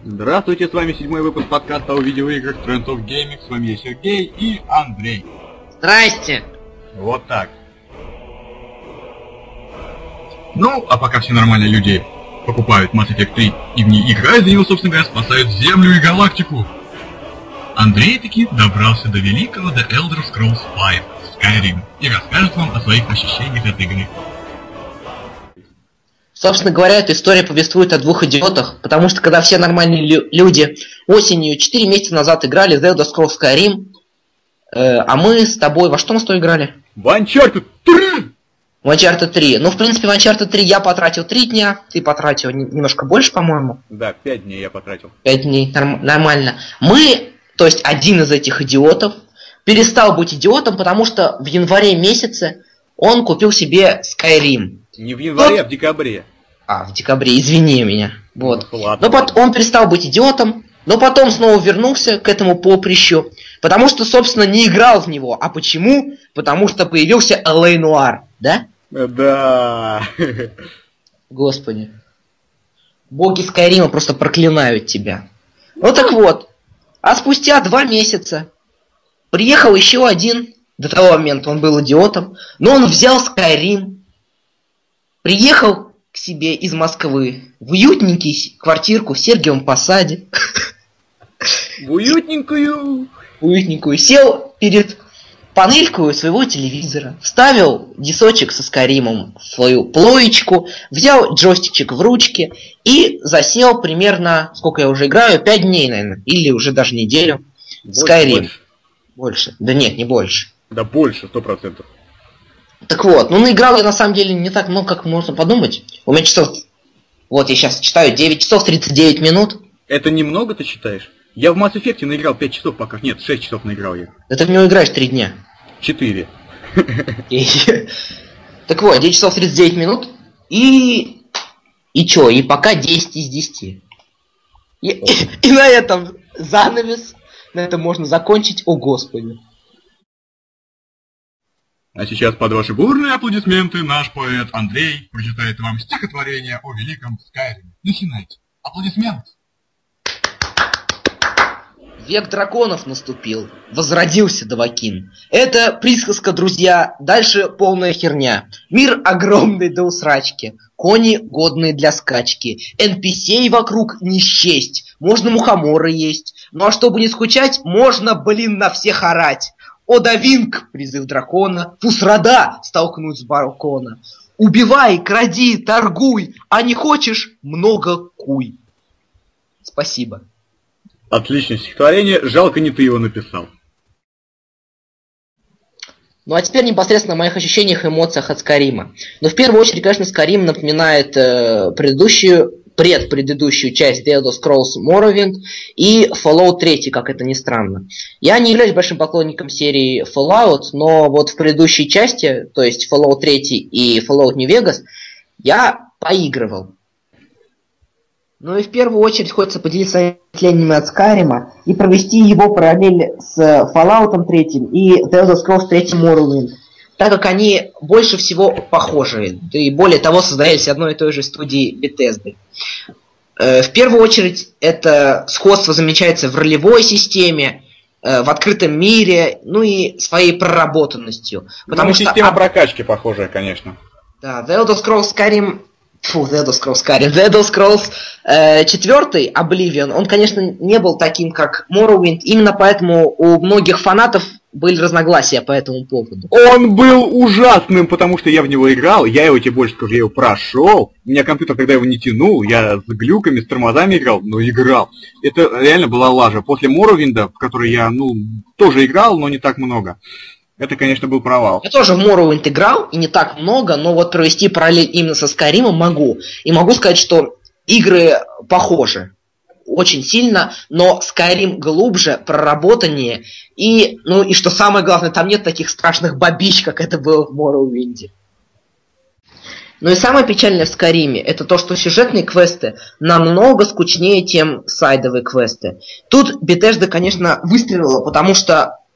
Здравствуйте, с вами 7-й выпуск подкаста о видеоиграх Trends of Gaming. С вами я, Сергей и Андрей. Здрасте! Вот так. Ну, а пока все нормальные люди покупают Mass Effect 3 и в ней играют, за него, собственно говоря, спасают Землю и галактику, Андрей таки добрался до великого The Elder Scrolls V Skyrim и расскажет вам о своих ощущениях от игры. Собственно говоря, эта история повествует о двух идиотах, потому что когда все нормальные люди осенью 4 месяца назад играли в The Elder Scrolls Skyrim, а мы с тобой... Во что мы с тобой играли? В Uncharted 3! В Uncharted 3. Ну, в принципе, в Uncharted 3 я потратил 3 дня, ты потратил немножко больше, по-моему. Да, 5 дней я потратил. 5 дней, нормально. Мы, то есть один из этих идиотов, перестал быть идиотом, потому что в январе месяце он купил себе Skyrim. Не в январе, а в декабре. В декабре, извини меня. Вот. Ну, ладно, Но он перестал быть идиотом, но потом снова вернулся к этому поприщу, потому что, собственно, не играл в него. А почему? Потому что появился L.A. Noire, да? Да. Господи. Боги Скайрима просто проклинают тебя. Ну так вот. А спустя 2 месяца приехал еще один. До того момента он был идиотом. Но он взял Skyrim. Приехал к себе из Москвы в уютненький квартирку в Сергиевом Посаде. В уютненькую. Сел перед панелькой своего телевизора, вставил дисочек со Скайримом в свою плоечку, взял джойстичек в ручки и засел примерно, сколько я уже играю, 5 дней, наверное, или уже даже неделю. Skyrim. Больше. Да нет, не больше. Да больше, 100%. Так вот, ну наиграл я на самом деле не так много, как можно подумать. У меня часов... Вот я сейчас читаю 9 часов 39 минут. Это немного ты считаешь? Я в Mass Effect наиграл 5 часов пока. Нет, 6 часов наиграл я. Да ты в него играешь 3 дня. 4. Так вот, 9 часов 39 минут. И чё? И пока 10 из 10. И на этом занавес. На этом можно закончить. О, Господи. А сейчас под ваши бурные аплодисменты наш поэт Андрей прочитает вам стихотворение о великом Скайриме. Начинайте. Аплодисменты. Век драконов наступил. Возродился Давакин. Это присказка, друзья. Дальше полная херня. Мир огромный до усрачки. Кони годные для скачки. NPC вокруг не счесть. Можно мухоморы есть. Ну а чтобы не скучать, можно, на всех орать. О, Давинг! Призыв дракона. Фусрада! Столкнуть с балкона. Убивай, кради, торгуй, а не хочешь — много куй. Спасибо. Отличное стихотворение, жалко не ты его написал. Ну а теперь непосредственно о моих ощущениях и эмоциях от Скайрима. Но в первую очередь, конечно, Скайрим напоминает предыдущую часть The Elder Scrolls Morrowind и Fallout 3, как это ни странно. Я не являюсь большим поклонником серии Fallout, но вот в предыдущей части, то есть Fallout 3 и Fallout New Vegas, я поигрывал. Ну и в первую очередь хочется поделиться впечатлениями от Скайрима и провести его параллель с Fallout 3 и The Elder Scrolls 3 Morrowind, так как они больше всего похожи, и более того создались одной и той же студии Bethesda. В первую очередь это сходство замечается в ролевой системе, в открытом мире, ну и своей проработанностью. Потому что система прокачки похожая, конечно. Да, The Elder Scrolls Skyrim... The Elder Scrolls 4 Oblivion, он, конечно, не был таким, как Morrowind, именно поэтому у многих фанатов были разногласия по этому поводу. Он был ужасным, потому что я в него играл, я его, тебе больше скажу, я его прошел, у меня компьютер тогда его не тянул, я с глюками, с тормозами играл, но играл. Это реально была лажа. После Morrowind'а, в который я, тоже играл, но не так много. Это, конечно, был провал. Я тоже в Morrowind играл, и не так много, но вот провести параллель именно со Skyrim могу. И могу сказать, что игры похожи очень сильно, но Skyrim глубже, проработаннее, и что самое главное, там нет таких страшных бабищ, как это было в Morrowind. Ну и самое печальное в Skyrim это то, что сюжетные квесты намного скучнее, чем сайдовые квесты. Тут Bethesda, конечно, выстрелила, потому что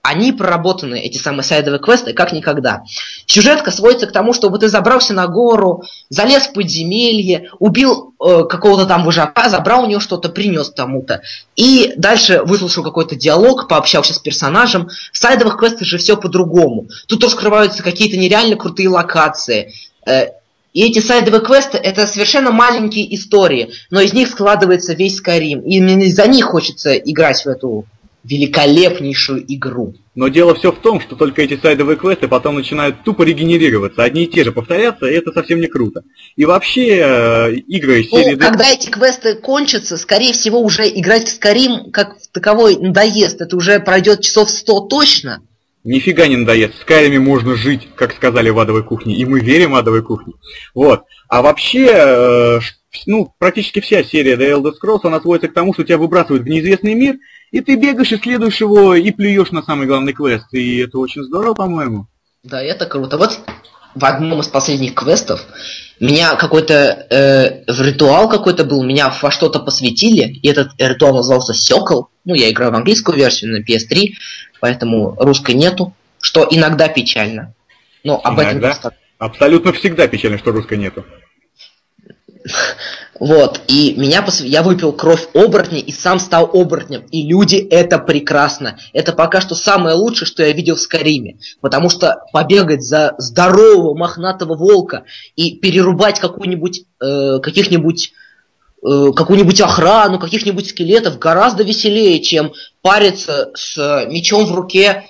они проработаны, эти самые сайдовые квесты, как никогда. Сюжетка сводится к тому, чтобы ты забрался на гору, залез в подземелье, убил какого-то там вожака, забрал у него что-то, принес кому-то. И дальше выслушал какой-то диалог, пообщался с персонажем. В сайдовых квестах же все по-другому. Тут раскрываются какие-то нереально крутые локации. И эти сайдовые квесты — это совершенно маленькие истории, но из них складывается весь Skyrim. И именно из-за них хочется играть в эту великолепнейшую игру. Но дело все в том, что только эти сайдовые квесты потом начинают тупо регенерироваться. Одни и те же повторяться, и это совсем не круто. И вообще, игры из серии... Когда эти квесты кончатся, скорее всего, уже играть в Skyrim как в таковой надоест. Это уже пройдет часов 100 точно. Нифига не надоест. В Скайриме можно жить, как сказали в адовой кухне. И мы верим в адовой кухне. Вот. А вообще, практически вся серия The Elder Scrolls, она сводится к тому, что тебя выбрасывают в неизвестный мир, и ты бегаешь, исследуешь его, и плюешь на самый главный квест. И это очень здорово, по-моему. Да, это круто. Вот в одном из последних квестов меня какой-то ритуал какой-то был, меня во что-то посвятили, и этот ритуал назывался Сёкол. Я играю в английскую версию на PS3, поэтому русской нету, что иногда печально. Но об этом просто... Абсолютно всегда печально, что русской нету. Вот, и я выпил кровь оборотня и сам стал оборотнем. И люди, это прекрасно. Это пока что самое лучшее, что я видел в Скайриме. Потому что побегать за здорового мохнатого волка и перерубать какую-нибудь охрану, каких-нибудь скелетов гораздо веселее, чем париться с мечом в руке,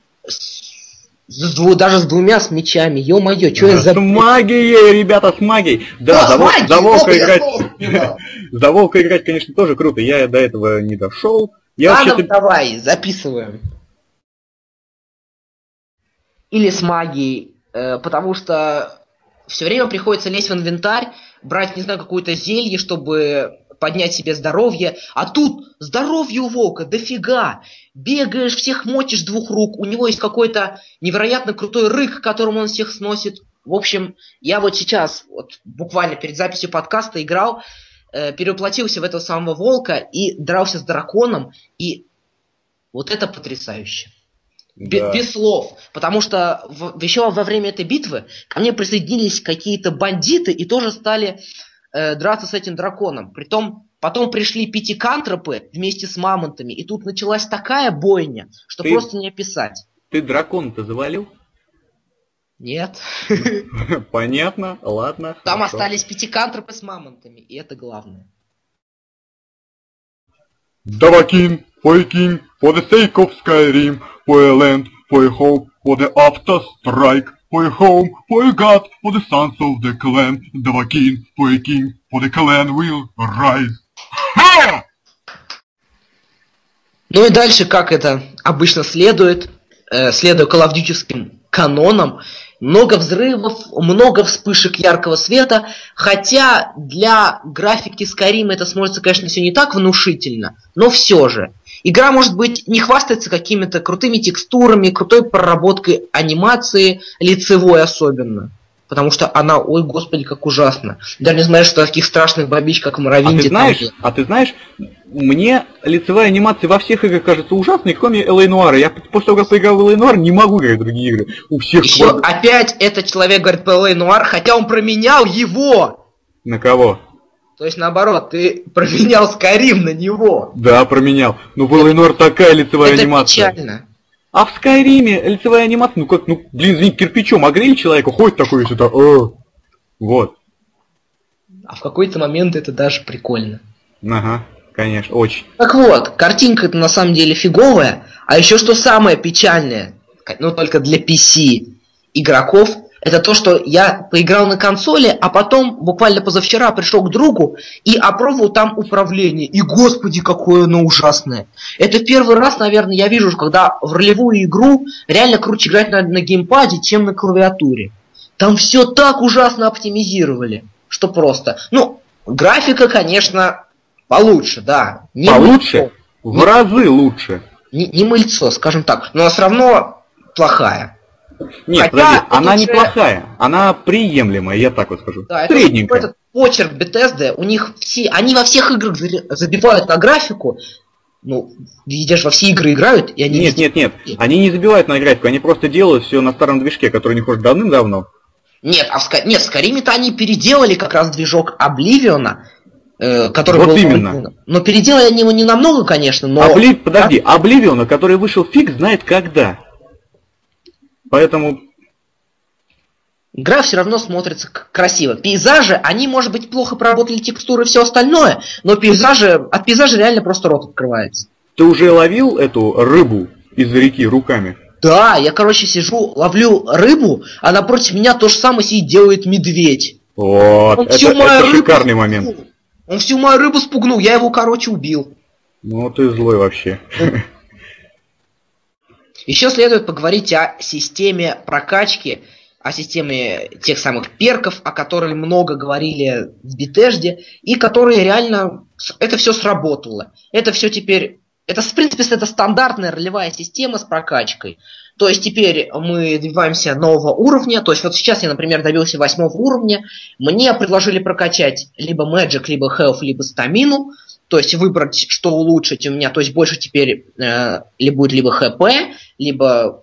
даже с двумя с мечами. Ё-моё, что я за... С магией, ребята, с магией. Да, за волка играть... За волка играть, конечно, тоже круто. Я до этого не дошел. Давай, записываем. Или с магией. Потому что все время приходится лезть в инвентарь, брать, не знаю, какое-то зелье, чтобы поднять себе здоровье. А тут здоровье у волка дофига. Бегаешь, всех мочишь двух рук. У него есть какой-то невероятно крутой рык, которым он всех сносит. В общем, я вот сейчас, буквально перед записью подкаста играл, перевоплотился в этого самого волка и дрался с драконом. И вот это потрясающе. Да. Без слов. Потому что еще во время этой битвы ко мне присоединились какие-то бандиты и тоже стали драться с этим драконом. Притом потом пришли пятикантропы вместе с мамонтами, и тут началась такая бойня, что просто не описать. Ты дракона-то завалил? Нет. Понятно, ладно. Там остались пятикантропы с мамонтами, и это главное. Давакин, for a king, for the sake of Skyrim, for a land, for a home, for the after strike, for a home, for a god, for the sons of the clan, Давакин, for a king, for the clan will rise. Ха! Ну и дальше, как это обычно следует, следуя коловдюческим канонам, много взрывов, много вспышек яркого света, хотя для графики Skyrim это смотрится, конечно, все не так внушительно, но все же. Игра, может быть, не хвастается какими-то крутыми текстурами, крутой проработкой анимации, лицевой особенно. Потому что она, ой, господи, как ужасно. Даже несмотря что таких страшных бабич, как в Моровинде. А ты знаешь, мне лицевая анимация во всех играх кажется ужасной, кроме L.A. Noire. Я после того, как поиграл в L.A. Noire, не могу играть в другие игры. У всех... Еще опять этот человек говорит про L.A. Noire, хотя он променял его. На кого? То есть, наоборот, ты променял Skyrim на него. Да, променял. Но в L.A. Noire такая лицевая анимация. Это печально. А в Скайриме лицевая анимация, извини, кирпичом огрели человека, ходит такой сюда, вот. А в какой-то момент это даже прикольно. Ага, конечно, очень. Так вот, картинка-то на самом деле фиговая, а еще что самое печальное, только для PC игроков, это то, что я поиграл на консоли, а потом, буквально позавчера, пришел к другу и опробовал там управление. И, господи, какое оно ужасное. Это первый раз, наверное, я вижу, когда в ролевую игру реально круче играть на геймпаде, чем на клавиатуре. Там все так ужасно оптимизировали, что просто. Графика, конечно, получше, да. Не получше? В разы лучше. Не мыльцо, скажем так, но все равно плохая. Нет, подожди, она неплохая, она приемлемая, я так вот скажу. Да, средненькая. Этот почерк Bethesda, они во всех играх забивают на графику, Ну, видишь, во все игры играют, и они... Нет. Они не забивают на графику, они просто делают все на старом движке, который у них уже давным-давно. Нет, в Скайриме-то они переделали как раз движок Обливиона, который вот был... именно. Но переделали они его не намного, конечно, но... Подожди, Обливиона, который вышел фиг знает когда. Поэтому... Игра все равно смотрится красиво. Пейзажи, они, может быть, плохо проработали текстуры и все остальное, но от пейзажа реально просто рот открывается. Ты уже ловил эту рыбу из реки руками? Да, я, сижу, ловлю рыбу, а напротив меня то же самое сидит, делает медведь. Вот, это шикарный момент. Он всю мою рыбу спугнул, я его, убил. Ну, ты злой вообще. Еще следует поговорить о системе прокачки, о системе тех самых перков, о которых много говорили в Бетежде, и которые реально... Это все сработало. Это все теперь... в принципе, это стандартная ролевая система с прокачкой. То есть теперь мы добиваемся нового уровня. То есть вот сейчас я, например, добился 8 уровня. Мне предложили прокачать либо Magic, либо Health, либо стамину. То есть выбрать, что улучшить у меня. То есть больше теперь будет либо ХП, либо,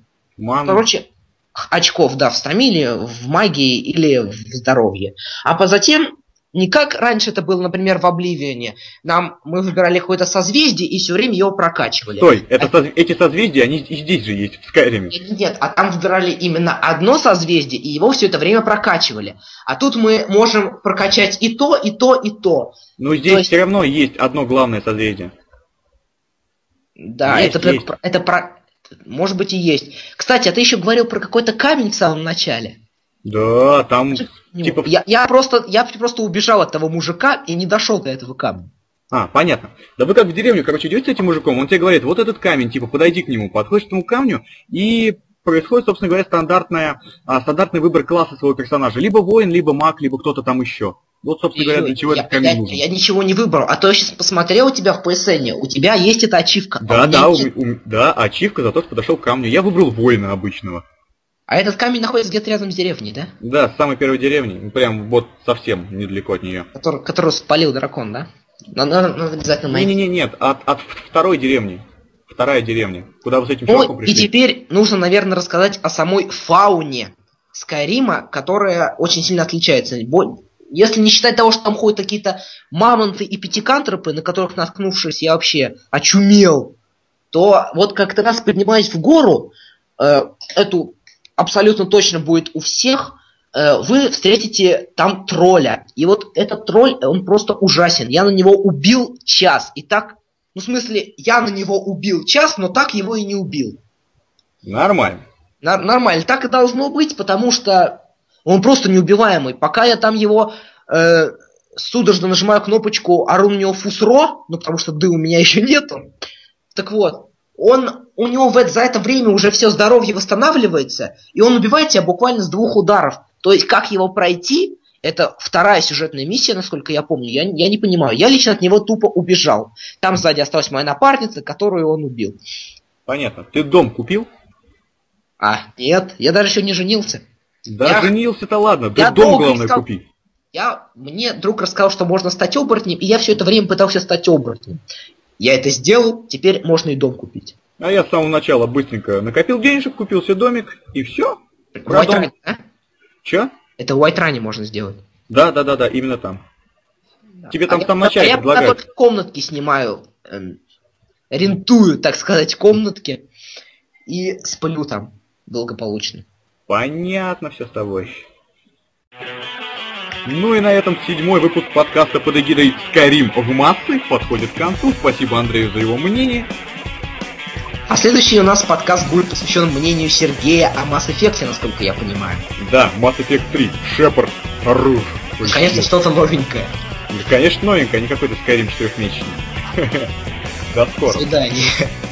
очков, в стамиле, в магии или в здоровье. А затем, не как раньше это было, например, в Обливионе, мы выбирали какое-то созвездие и все время его прокачивали. Стой, эти созвездия, они и здесь же есть, в Скайриме. Нет, а там выбирали именно одно созвездие, и его все это время прокачивали. А тут мы можем прокачать и то, и то, и то. Но здесь все равно есть одно главное созвездие. Да, это может быть и есть. Кстати, а ты еще говорил про какой-то камень в самом начале. Да, там типа... Я просто убежал от того мужика и не дошел до этого камня. А, понятно. Да вы как в деревню, идете с этим мужиком, он тебе говорит, вот этот камень, подойди к нему, подходишь к этому камню, и происходит, собственно говоря, стандартный выбор класса своего персонажа. Либо воин, либо маг, либо кто-то там еще. Вот, собственно говоря, для чего этот камень нужен. Я ничего не выбрал, а то я сейчас посмотрел у тебя в PSN, у тебя есть эта ачивка. Да, ачивка за то, что подошел к камню. Я выбрал воина обычного. А этот камень находится где-то рядом с деревней, да? Да, с самой первой деревни, прям вот совсем недалеко от нее. Которую спалил дракон, да? Надо обязательно найти. Нет, от второй деревни. Вторая деревня, куда вы с этим чуваком пришли. И теперь нужно, наверное, рассказать о самой фауне Скайрима, которая очень сильно отличается. Если не считать того, что там ходят какие-то мамонты и пятикантропы, на которых наткнувшись, я вообще очумел, то вот как-то раз поднимаясь в гору, эту абсолютно точно будет у всех, вы встретите там тролля. И вот этот тролль, он просто ужасен. Я на него убил час. И так, я на него убил час, но так его и не убил. Нормально. Нормально. Так и должно быть, потому что он просто неубиваемый. Пока я там его судорожно нажимаю кнопочку, ору на него фусро, потому что у меня еще нету. Так вот, у него за это время уже все здоровье восстанавливается, и он убивает тебя буквально с 2 ударов. То есть, как его пройти, это вторая сюжетная миссия, насколько я помню, я не понимаю. Я лично от него тупо убежал. Там сзади осталась моя напарница, которую он убил. Понятно. Ты дом купил? Нет, я даже еще не женился. Да, женился-то ладно, ты дом главное купи. Мне друг рассказал, что можно стать оборотнем, и я все это время пытался стать оборотнем. Я это сделал, теперь можно и дом купить. А я с самого начала быстренько накопил денежек, купил себе домик, и все. В Уайтране, да? Че? Это в Уайтране можно сделать. Да, именно там. Да. Тебе там в самом начале предлагают. Я только комнатки снимаю, рентую, так сказать, комнатки, и сплю там благополучно. Понятно все с тобой. Ну и на этом 7-й выпуск подкаста под эгидой Skyrim в массы подходит к концу. Спасибо Андрею за его мнение. А следующий у нас подкаст будет посвящен мнению Сергея о Mass Effect, насколько я понимаю. Да, Mass Effect 3, Шепард, оружие. Конечно, что-то новенькое. Конечно, новенькое, а не какой-то Skyrim 4-месячный. До скорого. До свидания.